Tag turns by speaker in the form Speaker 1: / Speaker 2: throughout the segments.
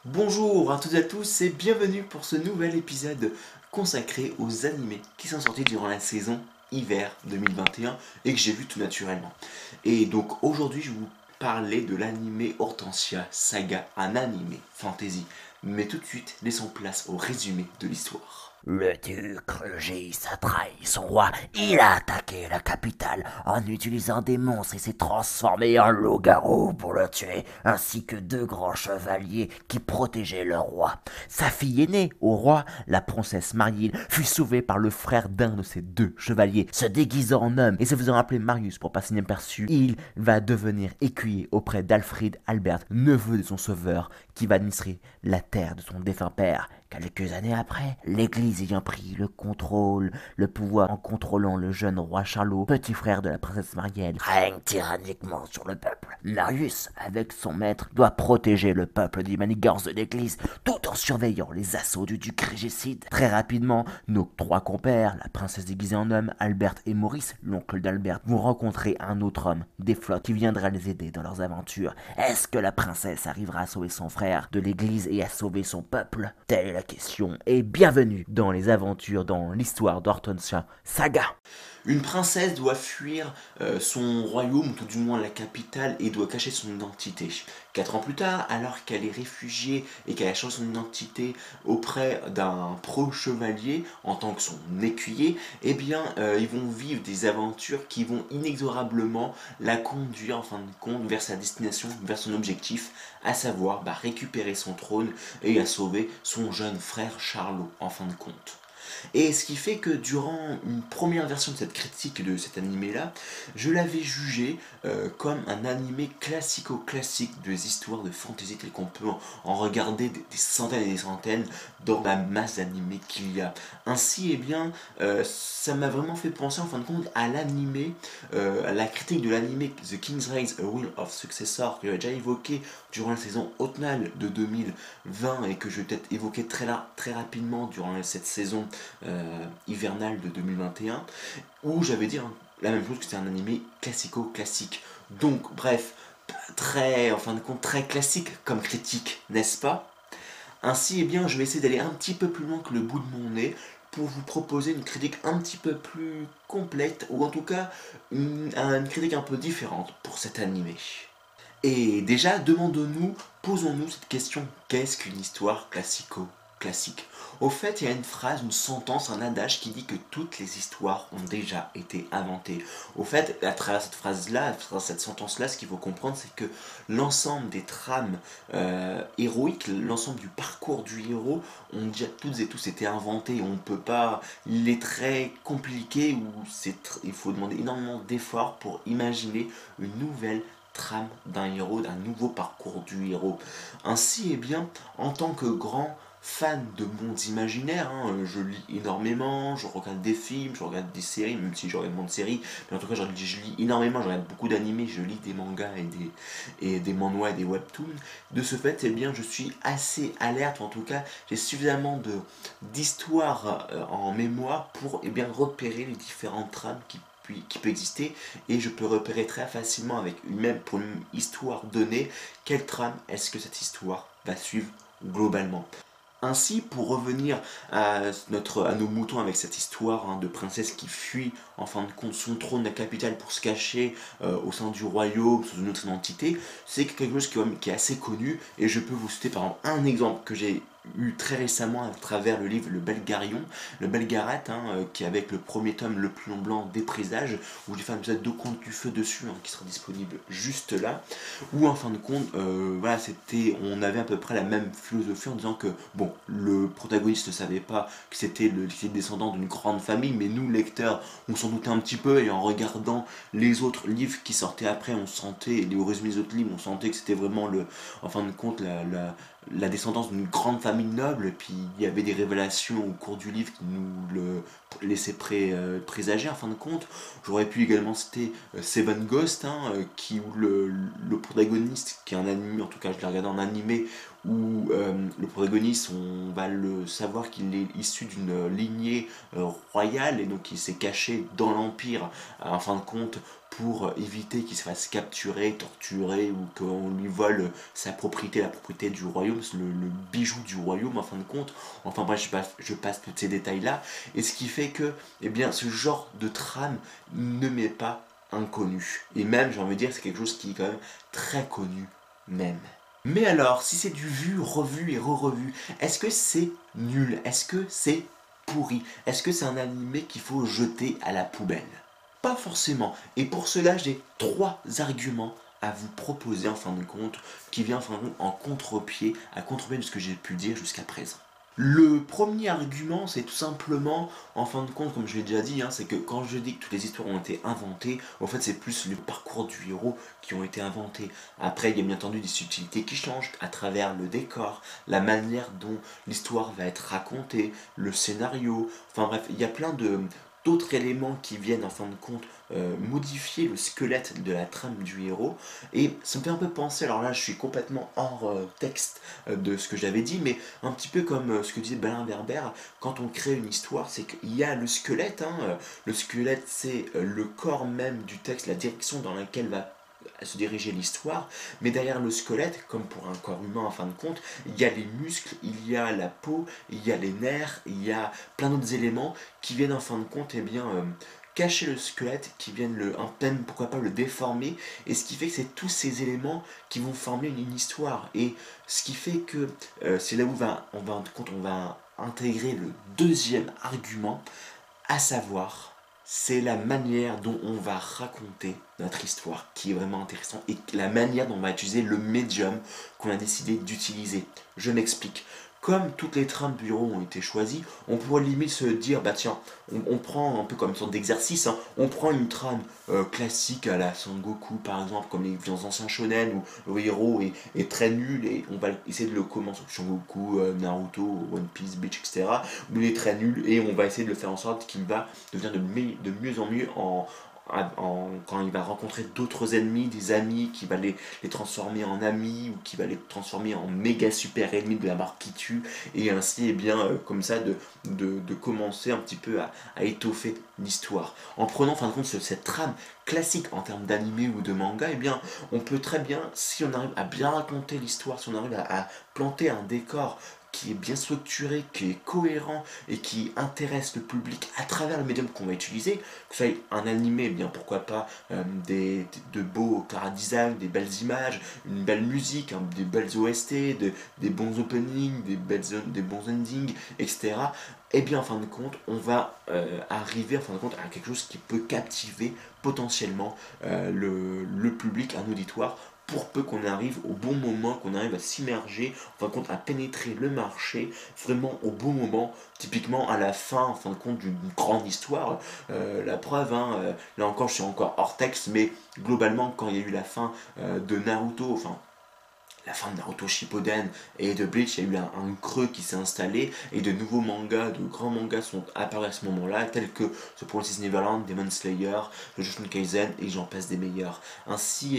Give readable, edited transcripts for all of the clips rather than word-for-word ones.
Speaker 1: Bonjour à toutes et à tous et bienvenue pour ce nouvel épisode consacré aux animés qui sont sortis durant la saison hiver 2021 et que j'ai vu tout naturellement. Et donc aujourd'hui je vais vous parler de l'animé Hortensia Saga, un animé fantasy. Mais tout de suite, laissons place au résumé de l'histoire.
Speaker 2: Le duc Régis a trahi son roi. Il a attaqué la capitale en utilisant des monstres et s'est transformé en loup-garou pour le tuer, ainsi que deux grands chevaliers qui protégeaient le roi. Sa fille aînée au roi, la princesse Marielle, fut sauvée par le frère d'un de ces deux chevaliers. Se déguisant en homme et se faisant appeler Marius pour passer inaperçu, il va devenir écuyer auprès d'Alfred Albert, neveu de son sauveur, qui va administrer la terre de son défunt père. Quelques années après, l'Église ayant pris le pouvoir en contrôlant le jeune roi Charlot, petit frère de la princesse Marielle, règne tyranniquement sur le peuple. Marius, avec son maître, doit protéger le peuple des manigances de l'Église, tout en surveillant les assauts du duc régicide. Très rapidement, nos trois compères, la princesse déguisée en homme, Albert et Maurice, l'oncle d'Albert, vont rencontrer un autre homme, des flottes, qui viendra les aider dans leurs aventures. Est-ce que la princesse arrivera à sauver son frère de l'Église et à sauver son peuple? Telle est la question, et bienvenue dans les aventures, dans l'histoire d'Hortensia Saga.
Speaker 1: Une princesse doit fuir son royaume, ou tout du moins la capitale, et doit cacher son identité. 4 ans plus tard, alors qu'elle est réfugiée et qu'elle a changé son identité auprès d'un pro-chevalier en tant que son écuyer, eh bien, ils vont vivre des aventures qui vont inexorablement la conduire, en fin de compte, vers sa destination, vers son objectif, à savoir récupérer son trône et à sauver son jeune frère Charlot, en fin de compte. Et ce qui fait que durant une première version de cette critique de cet animé-là, je l'avais jugé comme un animé classico-classique des histoires de fantasy telles qu'on peut en regarder des centaines et des centaines dans la masse d'animés qu'il y a. Ainsi, eh bien, ça m'a vraiment fait penser en fin de compte à l'animé, à la critique de l'animé The King's Race, A Will of Successor, que j'avais déjà évoqué durant la saison automnale de 2020 et que je vais peut-être évoquer très rapidement durant cette saison hivernale de 2021, où j'avais dit la même chose, que c'était un animé classico-classique. Donc, bref, très, en fin de compte, très classique comme critique, n'est-ce pas? Ainsi, eh bien, je vais essayer d'aller un petit peu plus loin que le bout de mon nez pour vous proposer une critique un petit peu plus complète, ou en tout cas une critique un peu différente pour cet animé. Et déjà, posons-nous cette question, qu'est-ce qu'une histoire classique? Au fait, il y a une phrase, une sentence, un adage qui dit que toutes les histoires ont déjà été inventées. Au fait, à travers cette phrase-là, à travers cette sentence-là, ce qu'il faut comprendre, c'est que l'ensemble des trames héroïques, l'ensemble du parcours du héros, ont déjà toutes et tous été inventés. On ne peut pas, il est très compliqué, ou il faut demander énormément d'efforts pour imaginer une nouvelle trame d'un héros, d'un nouveau parcours du héros. Ainsi, eh bien, en tant que grand fan de mondes imaginaires, je lis énormément, je regarde des films, je regarde des séries, même si je regarde moins de séries, mais en tout cas je lis énormément, je regarde beaucoup d'animés, je lis des mangas et des manhwas et des webtoons. De ce fait, eh bien, je suis assez alerte, en tout cas j'ai suffisamment d'histoires en mémoire pour repérer les différentes trames qui peut exister, et je peux repérer très facilement avec même pour une histoire donnée quelle trame est-ce que cette histoire va suivre globalement. Ainsi, pour revenir à nos moutons avec cette histoire de princesse qui fuit en fin de compte son trône, la capitale, pour se cacher au sein du royaume sous une autre identité, c'est quelque chose qui est assez connu, et je peux vous citer par exemple un exemple que j'ai eu très récemment à travers le livre Le Belgarat, qui est avec le premier tome, Le Plomb Blanc des Présages, où j'ai fait un épisode de Conte du Feu dessus, qui sera disponible juste là, où en fin de compte, voilà, on avait à peu près la même philosophie en disant que, bon, le protagoniste ne savait pas que c'était le descendant d'une grande famille, mais nous, lecteurs, on s'en doutait un petit peu, et en regardant les autres livres qui sortaient après, on sentait, et au résumé des autres livres, on sentait que c'était vraiment, en fin de compte, la descendance d'une grande famille noble, et puis il y avait des révélations au cours du livre qui nous le laissaient présager en fin de compte. J'aurais pu également citer Seven Ghost, où le protagoniste, qui est un anime, en tout cas je l'ai regardé en animé, où le protagoniste, on va le savoir qu'il est issu d'une lignée royale et donc il s'est caché dans l'Empire en fin de compte pour éviter qu'il se fasse capturer, torturer ou qu'on lui vole sa propriété, la propriété du royaume, le bijou du royaume en fin de compte. Enfin bref, je passe tous ces détails-là. Et ce qui fait que eh bien, ce genre de trame ne m'est pas inconnu. Et même, j'ai envie de dire, c'est quelque chose qui est quand même très connu même. Mais alors, si c'est du vu, revu et re-revu, est-ce que c'est nul? Est-ce que c'est pourri? Est-ce que c'est un animé qu'il faut jeter à la poubelle? Pas forcément. Et pour cela, j'ai 3 arguments à vous proposer en fin de compte, qui viennent en fin de compte en contre-pied, à contre-pied de ce que j'ai pu dire jusqu'à présent. Le premier argument, c'est tout simplement, en fin de compte, comme je l'ai déjà dit, c'est que quand je dis que toutes les histoires ont été inventées, en fait, c'est plus le parcours du héros qui ont été inventés. Après, il y a bien entendu des subtilités qui changent à travers le décor, la manière dont l'histoire va être racontée, le scénario. Enfin bref, il y a plein d'autres éléments qui viennent en fin de compte modifier le squelette de la trame du héros, et ça me fait un peu penser, alors là je suis complètement hors texte de ce que j'avais dit, mais un petit peu comme ce que disait Berlin Werber, quand on crée une histoire, c'est qu'il y a le squelette, le squelette c'est le corps même du texte, la direction dans laquelle va se diriger l'histoire, mais derrière le squelette, comme pour un corps humain en fin de compte, il y a les muscles, il y a la peau, il y a les nerfs, il y a plein d'autres éléments qui viennent en fin de compte cacher le squelette, qui viennent peine, pourquoi pas le déformer, et ce qui fait que c'est tous ces éléments qui vont former une histoire, et ce qui fait que c'est là où on va intégrer le deuxième argument, à savoir c'est la manière dont on va raconter notre histoire qui est vraiment intéressant et la manière dont on va utiliser le médium qu'on a décidé d'utiliser. Je m'explique. Comme toutes les trames du héros ont été choisies, on pourrait limite se dire, bah tiens, on prend un peu comme une sorte d'exercice, on prend une trame classique à la Son Goku par exemple, comme les anciens shonen où le héros est très nul et on va essayer de le commencer, Son Goku, Naruto, One Piece, Bleach, etc. Où il est très nul et on va essayer de le faire en sorte qu'il va devenir de mieux en mieux quand il va rencontrer d'autres ennemis, des amis, qui va les transformer en amis ou qui va les transformer en méga super ennemis de la marque qui tue, et ainsi, comme ça, de commencer un petit peu à étoffer l'histoire. En prenant en fin de compte cette trame classique en termes d'animé ou de manga, on peut très bien, si on arrive à bien raconter l'histoire, si on arrive à planter un décor qui est bien structuré, qui est cohérent et qui intéresse le public à travers le médium qu'on va utiliser, que ce soit un animé, pourquoi pas de beaux chara-design, des belles images, une belle musique, des belles OST, des bons openings, des bons endings, etc. Et bien en fin de compte, on va arriver en fin de compte à quelque chose qui peut captiver potentiellement le public, un auditoire, pour peu qu'on arrive au bon moment, qu'on arrive à s'immerger, en fin de compte à pénétrer le marché vraiment au bon moment, typiquement à la fin en fin de compte d'une grande histoire. La preuve, là encore je suis encore hors texte, mais globalement quand il y a eu la fin de Naruto, enfin la fin de Naruto Shippuden et de Bleach, il y a eu un creux qui s'est installé et de nouveaux mangas, de grands mangas sont apparus à ce moment-là, tels que The Promised Neverland, Demon Slayer, Jujutsu Kaisen et j'en passe des meilleurs. Ainsi,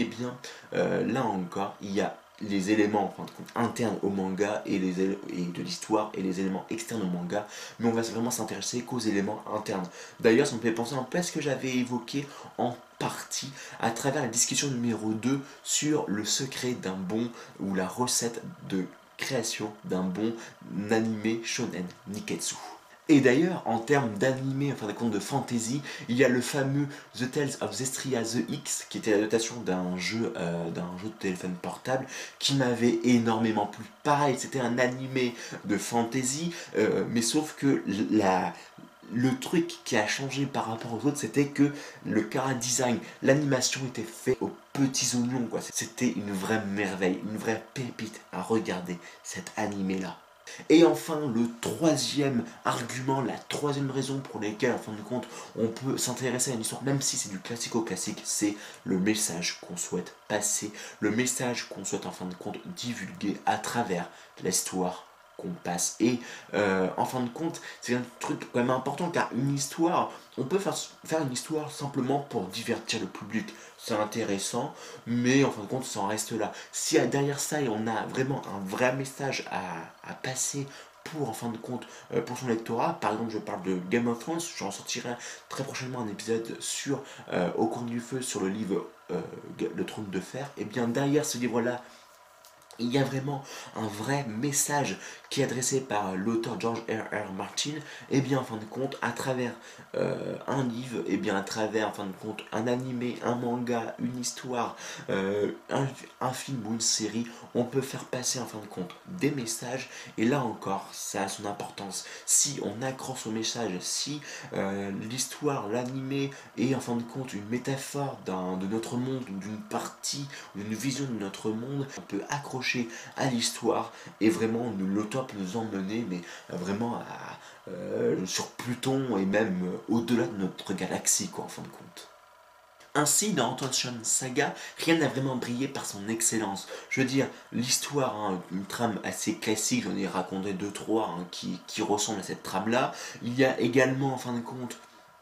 Speaker 1: là encore, il y a les éléments en fin de compte internes au manga et de l'histoire et les éléments externes au manga, mais on va vraiment s'intéresser qu'aux éléments internes. D'ailleurs, ça me fait penser un peu à ce que j'avais évoqué en partie à travers la discussion numéro 2 sur le secret d'un bon ou la recette de création d'un bon animé shonen Niketsu. Et d'ailleurs, en termes d'animé, enfin de compte de fantasy, il y a le fameux The Tales of Zestria The X, qui était l'adaptation d'un jeu de téléphone portable, qui m'avait énormément plu. Pareil, c'était un animé de fantasy, mais sauf que le truc qui a changé par rapport aux autres, c'était que le chara design, l'animation était fait aux petits oignons, quoi. C'était une vraie merveille, une vraie pépite à regarder, cet animé-là. Et enfin, le troisième argument, la troisième raison pour laquelle, en fin de compte, on peut s'intéresser à une histoire, même si c'est du classico-classique, c'est le message qu'on souhaite passer, le message qu'on souhaite, en fin de compte, divulguer à travers l'histoire qu'on passe. Et en fin de compte, c'est un truc quand même important, car une histoire, on peut faire une histoire simplement pour divertir le public. C'est intéressant, mais en fin de compte, ça en reste là. Si derrière ça, on a vraiment un vrai message à passer pour, en fin de compte, pour son lectorat, par exemple, je parle de Game of Thrones, j'en sortirai très prochainement un épisode sur Au coin du feu, sur le livre Le Trône de Fer. Et bien derrière ce livre-là, il y a vraiment un vrai message qui est adressé par l'auteur George R. Martin, et bien en fin de compte, à travers un livre, et bien à travers en fin de compte un animé, un manga, une histoire, un film ou une série, on peut faire passer en fin de compte des messages, et là encore, ça a son importance. Si on accroche au message, si l'histoire, l'animé est en fin de compte une métaphore de notre monde, ou d'une partie, ou d'une vision de notre monde, on peut accrocher à l'histoire et vraiment l'auteur peut nous emmener mais vraiment sur Pluton et même au-delà de notre galaxie quoi en fin de compte. Ainsi, dans Anton Saga, rien n'a vraiment brillé par son excellence. Je veux dire, l'histoire, hein, une trame assez classique, j'en ai raconté deux trois hein, qui ressemblent à cette trame-là. Il y a également, en fin de compte,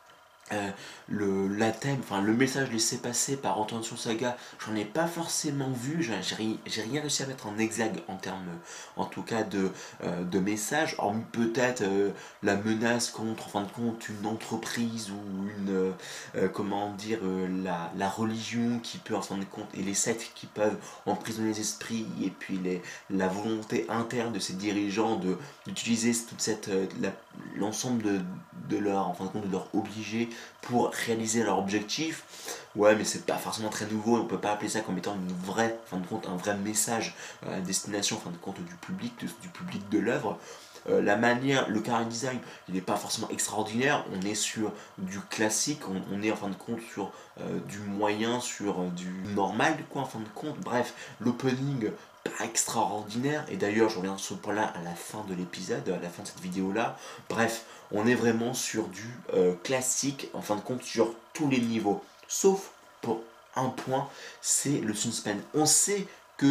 Speaker 1: la thème, enfin le message laissé passer par Anton Saga, j'en ai pas forcément vu, j'ai rien réussi à mettre en exergue en termes, en tout cas de message, hormis peut-être la menace contre, en fin de compte, une entreprise ou une, comment dire, la religion qui peut, en fin de compte, et les sectes qui peuvent emprisonner les esprits, et puis la volonté interne de ces dirigeants d'utiliser toute cette, l'ensemble de leur, en fin de compte, de leur obligé pour réaliser leur objectif. Ouais, mais c'est pas forcément très nouveau, on peut pas appeler ça comme étant une vraie, en fin de compte, un vrai message à destination, en fin de compte, du public de l'œuvre. La manière, le character design, il n'est pas forcément extraordinaire, on est sur du classique, on est en fin de compte sur du moyen, sur du normal, quoi, en fin de compte. Bref, l'opening, pas extraordinaire, et d'ailleurs je reviens sur ce point-là à la fin de l'épisode, à la fin de cette vidéo-là. Bref, on est vraiment sur du classique, en fin de compte, sur tous les niveaux. Sauf pour un point, c'est le suspense. On sait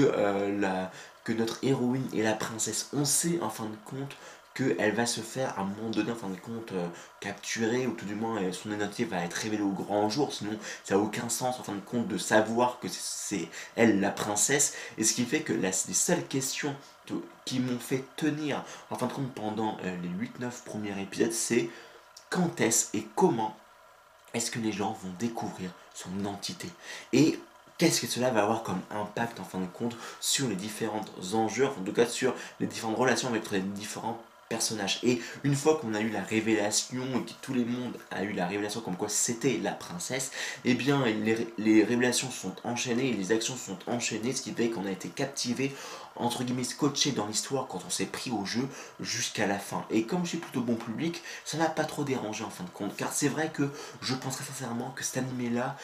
Speaker 1: que notre héroïne est la princesse. On sait, en fin de compte, qu'elle va se faire à un moment donné, en fin de compte, capturer, ou tout du moins son identité va être révélée au grand jour, sinon ça n'a aucun sens, en fin de compte, de savoir que c'est elle la princesse. Et ce qui fait que les seules questions qui m'ont fait tenir, en fin de compte, pendant les 8-9 premiers épisodes, c'est quand est-ce et comment est-ce que les gens vont découvrir son identité et qu'est-ce que cela va avoir comme impact en fin de compte sur les différents enjeux, en tout cas sur les différentes relations avec les différents personnages. Et une fois qu'on a eu la révélation et que tout le monde a eu la révélation comme quoi c'était la princesse, eh bien les révélations sont enchaînées et les actions sont enchaînées, ce qui fait qu'on a été captivé, entre guillemets scotché dans l'histoire quand on s'est pris au jeu jusqu'à la fin. Et comme je suis plutôt bon public, ça m'a pas trop dérangé en fin de compte, car c'est vrai que je pense très sincèrement que cet animé là,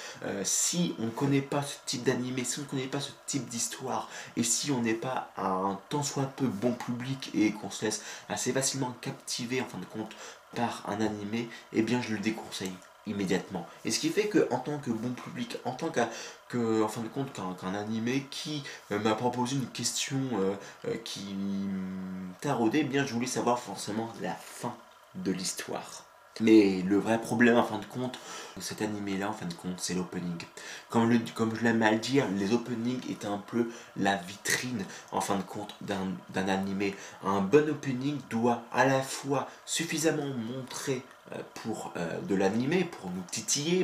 Speaker 1: si on ne connaît pas ce type d'animé, si on ne connaît pas ce type d'histoire, et si on n'est pas un tant soit peu bon public et qu'on se laisse assez facilement captiver en fin de compte par un animé, eh bien je le déconseille immédiatement. Et ce qui fait que en tant que bon public, en tant en fin de compte qu'un animé qui m'a proposé une question qui taraudait, eh bien je voulais savoir forcément la fin de l'histoire. Mais le vrai problème, en fin de compte, de cet animé-là, en fin de compte, c'est l'opening. Comme je l'aime à le dire, les openings étaient un peu la vitrine, en fin de compte, d'un animé. Un bon opening doit à la fois suffisamment montrer pour de l'animé, pour nous titiller,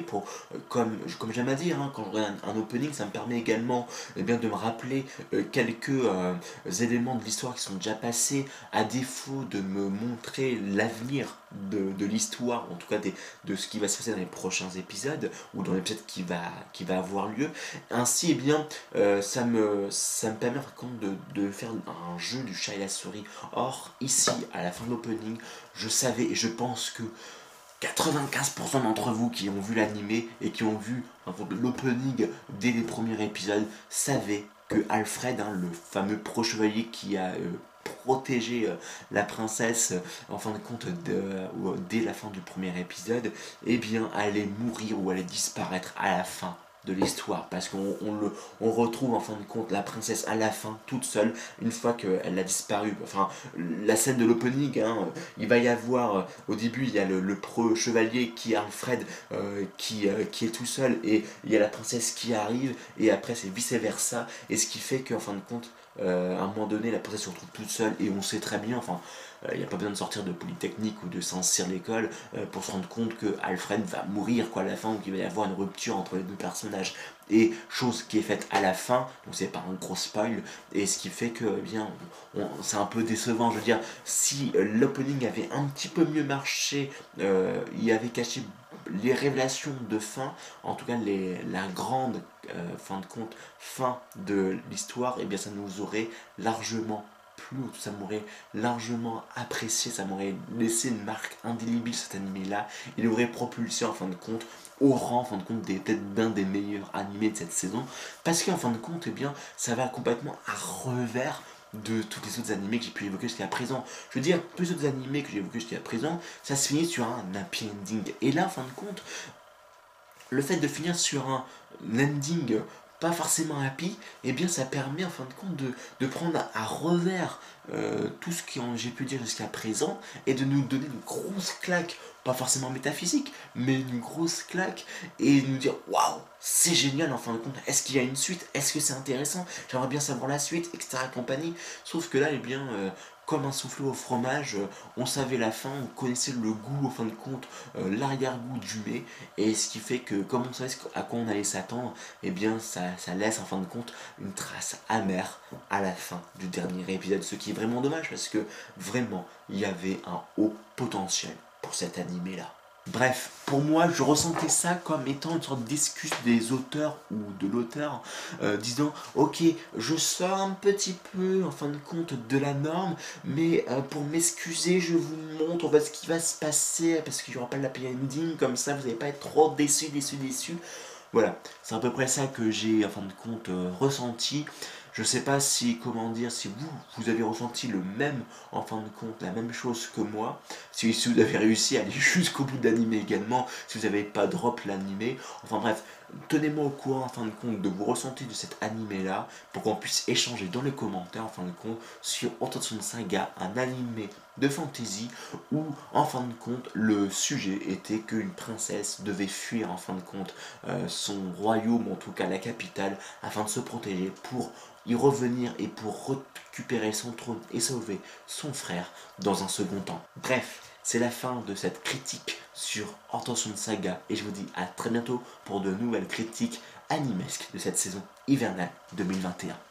Speaker 1: comme j'aime à dire, hein, quand je regarde un opening, ça me permet également bien, de me rappeler quelques éléments de l'histoire qui sont déjà passés, à défaut de me montrer l'avenir de l'histoire, en tout cas de ce qui va se passer dans les prochains épisodes, ou dans l'épisode qui va avoir lieu. Ainsi, eh bien, ça me permet par contre de faire un jeu du chat et la souris. Or, ici, à la fin de l'opening, je savais et je pense que 95% d'entre vous qui ont vu l'animé et qui ont vu l'opening dès les premiers épisodes savaient que Alfred, hein, le fameux pro-chevalier qui a protégé la princesse en fin de compte dès la fin du premier épisode, eh bien allait mourir ou allait disparaître à la fin de l'histoire, parce on retrouve en fin de compte la princesse à la fin, toute seule, une fois qu'elle a disparu. Enfin, la scène de l'opening, hein, il va y avoir, au début, il y a le preux chevalier qui est Alfred, qui est tout seul, et il y a la princesse qui arrive, et après c'est vice-versa, et ce qui fait qu'en fin de compte, à un moment donné, la princesse se retrouve toute seule, et on sait très bien, enfin, il n'y a pas besoin de sortir de Polytechnique ou de Saint-Cyr l'école pour se rendre compte que Alfred va mourir quoi, à la fin, ou qu'il va y avoir une rupture entre les deux personnages. Et chose qui est faite à la fin, donc c'est pas un gros spoil, et ce qui fait que eh bien, c'est un peu décevant. Je veux dire, si l'opening avait un petit peu mieux marché, il avait caché les révélations de fin, en tout cas la grande fin de compte, fin de l'histoire, et bien ça nous aurait largement plu, ça m'aurait largement apprécié, ça m'aurait laissé une marque indélébile cet animé là, il aurait propulsé en fin de compte au rang en fin de compte peut-être d'un des meilleurs animés de cette saison, parce qu'en fin de compte eh bien ça va complètement à revers de tous les autres animés que j'ai pu évoquer jusqu'à présent. Je veux dire, tous les autres animés que j'ai évoqués jusqu'à présent, ça se finit sur un happy ending. Et là, en fin de compte, le fait de finir sur un ending pas forcément happy, eh bien ça permet en fin de compte de prendre à revers tout ce que j'ai pu dire jusqu'à présent et de nous donner une grosse claque, pas forcément métaphysique, mais une grosse claque et de nous dire waouh, c'est génial en fin de compte. Est-ce qu'il y a une suite? Est-ce que c'est intéressant? J'aimerais bien savoir la suite, etc. compagnie. Sauf que là, eh bien, comme un soufflé au fromage, on savait la fin, on connaissait le goût, en fin de compte, l'arrière-goût du mets, et ce qui fait que, comme on savait à quoi on allait s'attendre, eh bien, ça laisse, en fin de compte, une trace amère à la fin du dernier épisode, ce qui est vraiment dommage, parce que, vraiment, il y avait un haut potentiel pour cet animé-là. Bref, pour moi, je ressentais ça comme étant une sorte d'excuse des auteurs ou de l'auteur, disant ok, je sors un petit peu en fin de compte de la norme, mais pour m'excuser, je vous montre ce qui va se passer parce qu'il n'y aura pas de happy ending, comme ça vous n'allez pas être trop déçus. Voilà, c'est à peu près ça que j'ai en fin de compte ressenti. Je sais pas si, comment dire, si vous avez ressenti le même, en fin de compte, la même chose que moi. Si vous avez réussi à aller jusqu'au bout de l'animé également, si vous n'avez pas drop l'animé. Enfin bref, tenez-moi au courant, en fin de compte, de vos ressentis de cet animé-là, pour qu'on puisse échanger dans les commentaires, en fin de compte, sur Otatsu Saga, un animé de fantasy, où, en fin de compte, le sujet était qu'une princesse devait fuir, en fin de compte, son royaume, en tout cas la capitale, afin de se protéger pour y revenir et pour récupérer son trône et sauver son frère dans un second temps. Bref, c'est la fin de cette critique sur Otatsu Saga et je vous dis à très bientôt pour de nouvelles critiques animesques de cette saison hivernale 2021.